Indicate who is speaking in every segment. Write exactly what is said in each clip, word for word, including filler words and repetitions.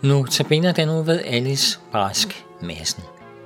Speaker 1: Nu tabiner den nu ved Alice Brask Madsen.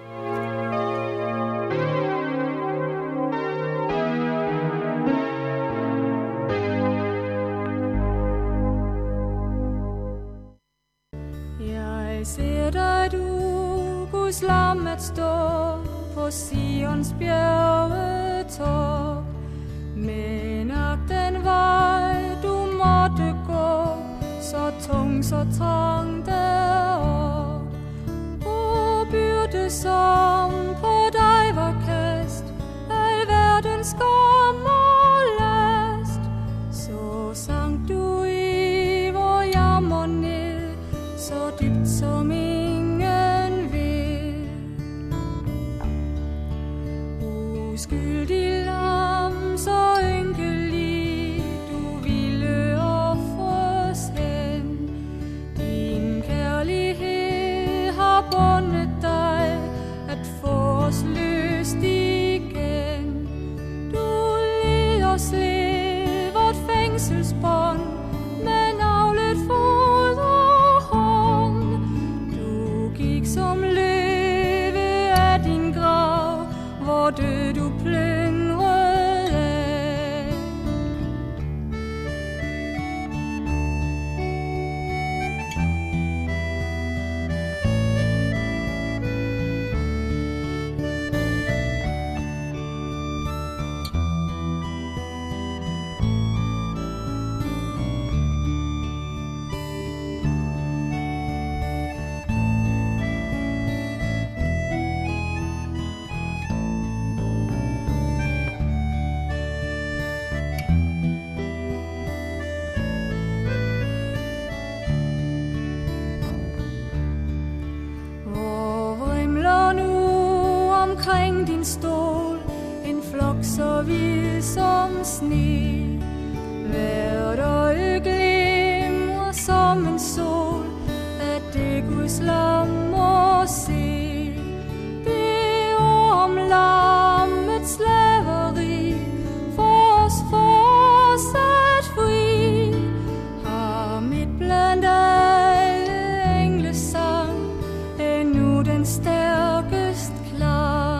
Speaker 2: Jeg ser dig, du Guds lam at stå på Sions bjergetop, men ak den vej du måtte gå, så tung, så trang derop, og byrde som på dig var kast, al verdens skam og last, så sank du i vor jammer ned, så dybt som ingen ved. Uskyldig lam, så ynkelig, du ville ofres hen. Din kærlighed har bundet dig, at få os løst igen. Du led os led vort fængselsbånd, med navlet fod og hånd. Du gik som løve af din grav, hvor død du plyndrede af. Omkring din stol en flok så hvid som sne, hvert øje glimrer som en sol, at det Guds lam må se. Det ord om lammets slaveri, for os fortsat fri, har midt blandt alle engles sang endnu den stærkest klang.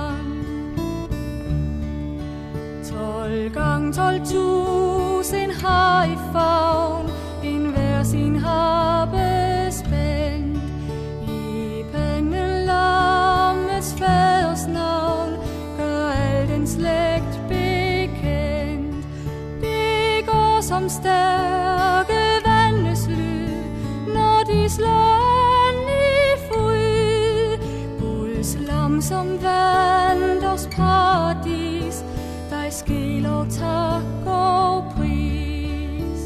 Speaker 2: Tolv gang tolv tusind har i favn, en hver sin harpe spændt, i panden lammets faders navn, gør al den slægt bekendt. Det går som stærke vandes lyd, når de slår an i fryd. Guds lam som vandt os paradis, dig ske lov, tak og pris.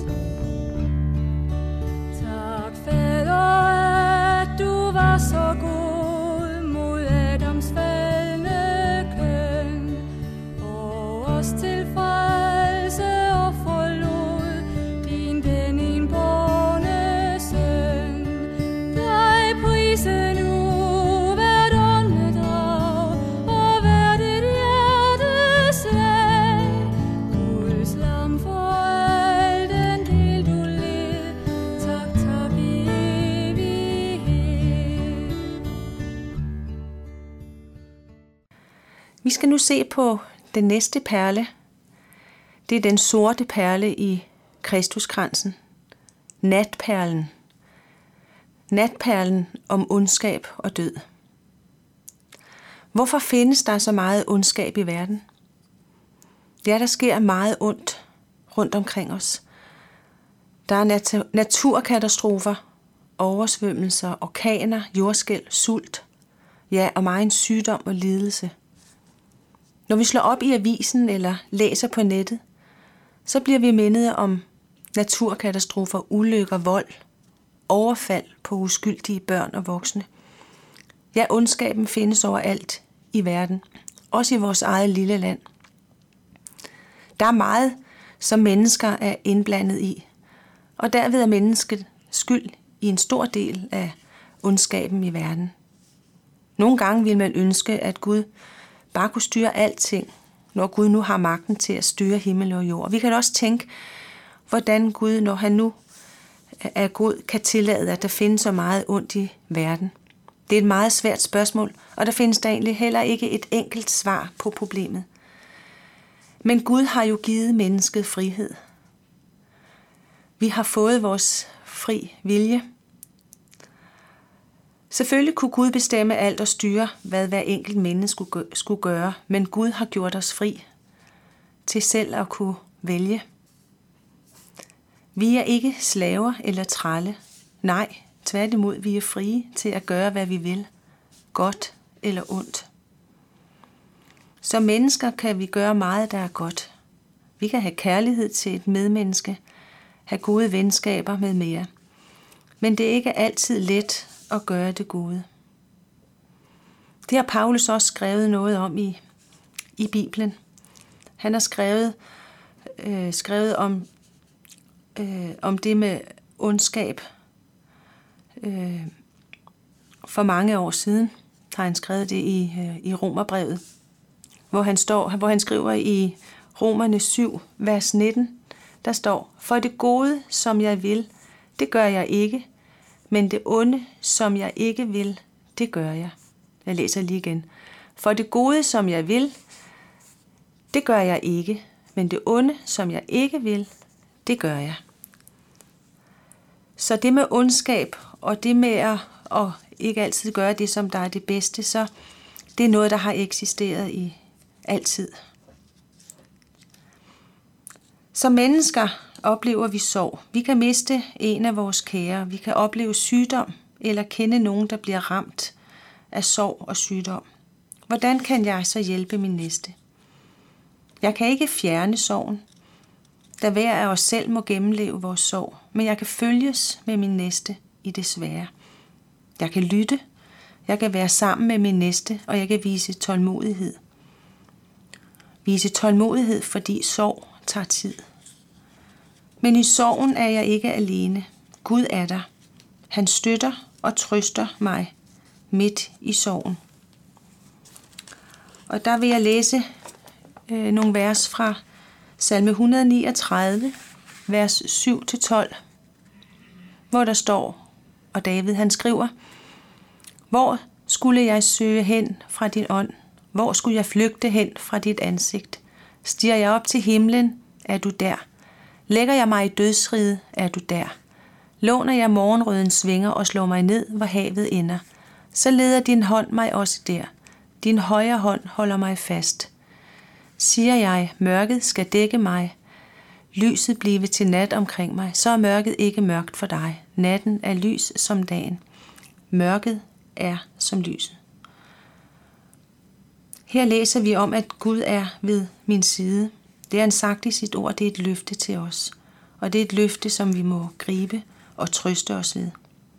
Speaker 2: Tak, Fader, at du var så god mod Adams faldne køn, og os til frelse og forlod din den enbårne søn. Dig prise nu hvert åndedrag og hvert et hjerteslag. Guds lam for al den del du led, tak, tak i evighed.
Speaker 3: Vi skal nu se på den næste perle. Det er den sorte perle i Kristuskransen. Natperlen. Natperlen om ondskab og død. Hvorfor findes der så meget ondskab i verden? Ja, der sker meget ondt rundt omkring os. Der er nat- naturkatastrofer, oversvømmelser, orkaner, jordskælv, sult, ja, og meget sygdom og lidelse. Når vi slår op i avisen eller læser på nettet, så bliver vi mindet om naturkatastrofer, ulykker, vold, overfald på uskyldige børn og voksne. Ja, ondskaben findes overalt i verden, også i vores eget lille land. Der er meget, som mennesker er indblandet i, og derved er mennesket skyld i en stor del af ondskaben i verden. Nogle gange vil man ønske, at Gud bare kunne styre alting, når Gud nu har magten til at styre himmel og jord. Vi kan også tænke, hvordan Gud, når han nu er Gud, kan tillade, at der findes så meget ondt i verden? Det er et meget svært spørgsmål, og der findes der egentlig heller ikke et enkelt svar på problemet. Men Gud har jo givet mennesket frihed. Vi har fået vores fri vilje. Selvfølgelig kunne Gud bestemme alt og styre, hvad hver enkelt menneske skulle gøre, men Gud har gjort os fri til selv at kunne vælge. Vi er ikke slaver eller trælle. Nej, tværtimod, vi er frie til at gøre, hvad vi vil, godt eller ondt. Som mennesker kan vi gøre meget, der er godt. Vi kan have kærlighed til et medmenneske, have gode venskaber med mere. Men det er ikke altid let at gøre det gode. Det har Paulus også skrevet noget om i, i Bibelen. Han har skrevet, øh, skrevet om, øh, om det med ondskab. Øh, for mange år siden har han skrevet det i, øh, i Romerbrevet, hvor han, står, hvor han skriver i Romerne syv, vers nitten, der står: For det gode, som jeg vil, det gør jeg ikke, men det onde, som jeg ikke vil, det gør jeg. Jeg læser lige igen. For det gode, som jeg vil, det gør jeg ikke, men det onde, som jeg ikke vil, det gør jeg. Så det med ondskab, og det med at, at ikke altid gøre det, som der er det bedste, så det er noget, der har eksisteret i altid. Som mennesker oplever vi sorg. Vi kan miste en af vores kære. Vi kan opleve sygdom eller kende nogen, der bliver ramt af sorg og sygdom. Hvordan kan jeg så hjælpe min næste? Jeg kan ikke fjerne sorgen, da hver af os selv må gennemleve vores sorg, men jeg kan følges med min næste i det svære. Jeg kan lytte, jeg kan være sammen med min næste, og jeg kan vise tålmodighed. Vise tålmodighed, fordi sorg tager tid. Men i sorgen er jeg ikke alene. Gud er der. Han støtter og trøster mig midt i sorgen. Og der vil jeg læse øh, nogle vers fra salme et hundrede niogtredive, vers syv til tolv, hvor der står, og David han skriver: Hvor skulle jeg søge hen fra din ånd? Hvor skulle jeg flygte hen fra dit ansigt? Stiger jeg op til himlen, er du der. Lægger jeg mig i dødsriget, er du der. Låner jeg morgenrødens vinger og slår mig ned, hvor havet ender, så leder din hånd mig også der. Din højre hånd holder mig fast. Siger jeg, mørket skal dække mig, lyset blive til nat omkring mig, så er mørket ikke mørkt for dig. Natten er lys som dagen. Mørket er som lyset. Her læser vi om, at Gud er ved min side. Det er han sagt i sit ord, det er et løfte til os. Og det er et løfte, som vi må gribe og trøste os ved.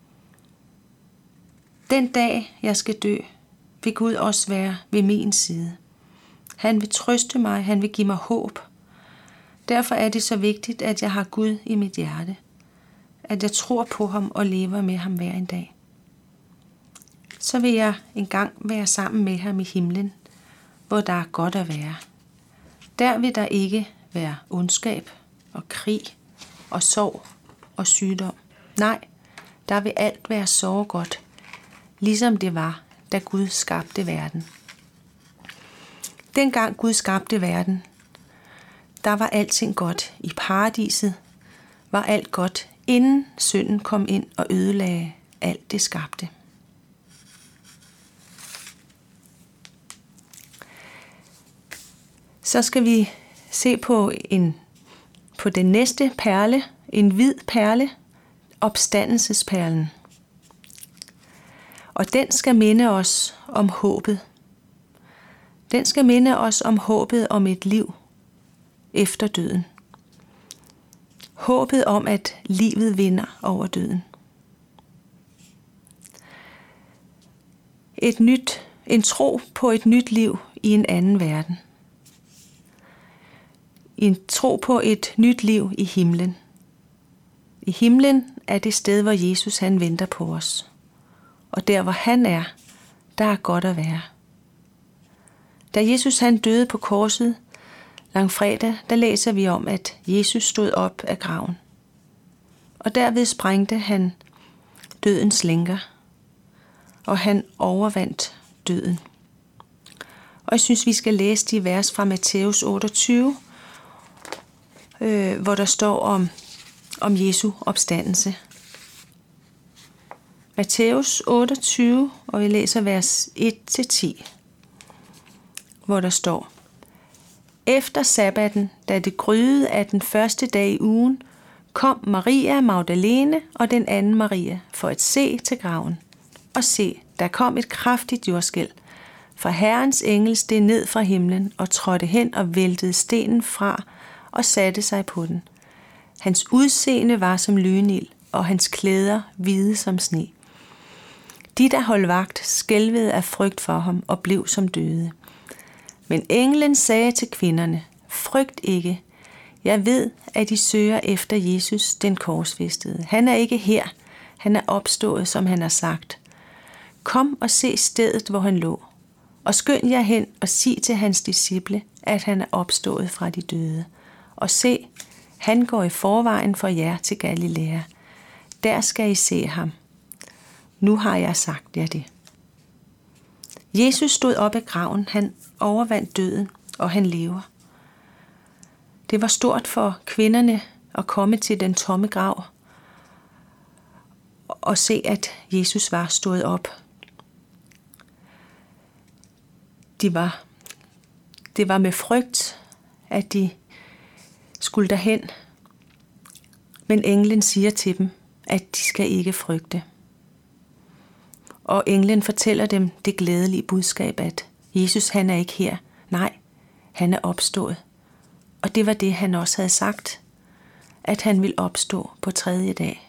Speaker 3: Den dag, jeg skal dø, vil Gud også være ved min side. Han vil trøste mig, han vil give mig håb. Derfor er det så vigtigt, at jeg har Gud i mit hjerte. At jeg tror på ham og lever med ham hver en dag. Så vil jeg engang være sammen med ham i himlen, hvor der er godt at være. Der vil der ikke være ondskab og krig og sorg og sygdom. Nej, der vil alt være så godt, ligesom det var, da Gud skabte verden. Dengang Gud skabte verden, der var alting godt. I paradiset var alt godt, inden synden kom ind og ødelagde alt det skabte. Så skal vi se på, en, på den næste perle, en hvid perle, opstandelsesperlen. Og den skal minde os om håbet. Den skal minde os om håbet om et liv efter døden. Håbet om, at livet vinder over døden. Et nyt, en tro på et nyt liv i en anden verden. En tro på et nyt liv i himlen. I himlen er det sted, hvor Jesus han venter på os. Og der, hvor han er, der er godt at være. Da Jesus han døde på korset langfredag, der læser vi om, at Jesus stod op af graven. og derved sprængte han dødens lænker, og han overvandt døden. Og jeg synes, vi skal læse de vers fra Matthæus otteogtyve, øh, hvor der står om, om Jesu opstandelse. Matthæus otteogtyve, og vi læser vers et til ti, hvor der står: Efter sabbaten, da det gryede af den første dag i ugen, kom Maria Magdalene og den anden Maria for at se til graven. Og se, der kom et kraftigt jordskælv, for Herrens engel steg ned fra himlen og trådte hen og væltede stenen fra og satte sig på den. Hans udseende var som lynild, og hans klæder hvide som sne. De, der holdt vagt, skælvede af frygt for ham og blev som døde. Men englen sagde til kvinderne: Frygt ikke. Jeg ved, at I søger efter Jesus, den korsfæstede. Han er ikke her. Han er opstået, som han har sagt. Kom og se stedet, hvor han lå. Og skynd jer hen og sig til hans disciple, at han er opstået fra de døde. Og se, han går i forvejen for jer til Galilea. Der skal I se ham. Nu har jeg sagt jer det. Jesus stod op af graven. Han overvandt døden, og han lever. Det var stort for kvinderne at komme til den tomme grav og se, at Jesus var stået op. De var, det var med frygt, at de skulle derhen, men englen siger til dem, at de skal ikke frygte. Og englen fortæller dem det glædelige budskab, at Jesus han er ikke her. Nej, han er opstået. Og det var det, han også havde sagt, at han ville opstå på tredje dag.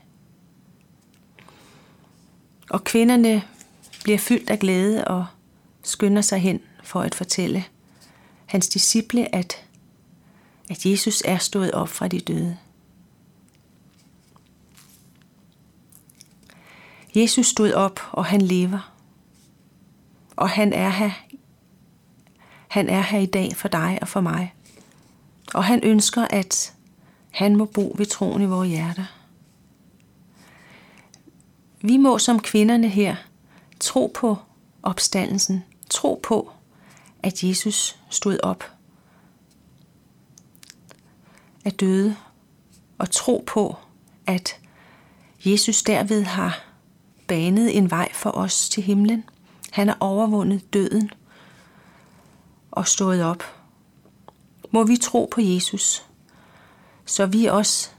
Speaker 3: Og kvinderne bliver fyldt af glæde og skynder sig hen for at fortælle hans disciple, at, at Jesus er stået op fra de døde. Jesus stod op, og han lever. Og han er her. Han er her i dag for dig og for mig. Og han ønsker, at han må bo ved troen i vores hjerter. Vi må som kvinderne her tro på opstandelsen. Tro på, at Jesus stod op af døde. Og tro på, at Jesus derved har banet en vej for os til himlen. Han har overvundet døden og stået op. Må vi tro på Jesus, så vi også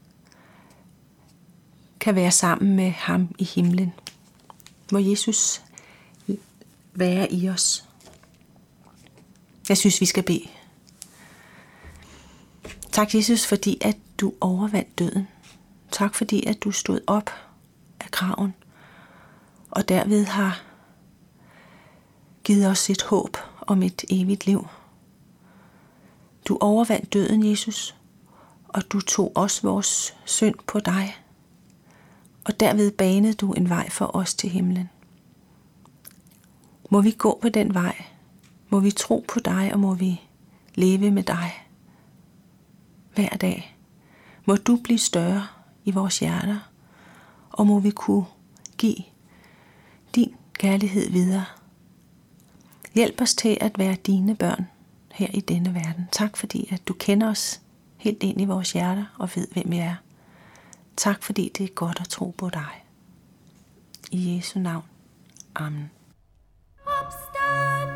Speaker 3: kan være sammen med ham i himlen. Må Jesus være i os. Jeg synes, vi skal bede. Tak, Jesus, fordi at du overvandt døden. Tak, fordi at du stod op af graven og derved har givet os et håb om et evigt liv. Du overvandt døden, Jesus, og du tog også vores synd på dig, og derved banede du en vej for os til himlen. Må vi gå på den vej, må vi tro på dig, og må vi leve med dig hver dag. Må du blive større i vores hjerter, og må vi kunne give din kærlighed videre. Hjælp os til at være dine børn her i denne verden. Tak fordi, at du kender os helt ind i vores hjerter og ved, hvem vi er. Tak fordi det er godt at tro på dig. I Jesu navn. Amen.
Speaker 2: Opstand!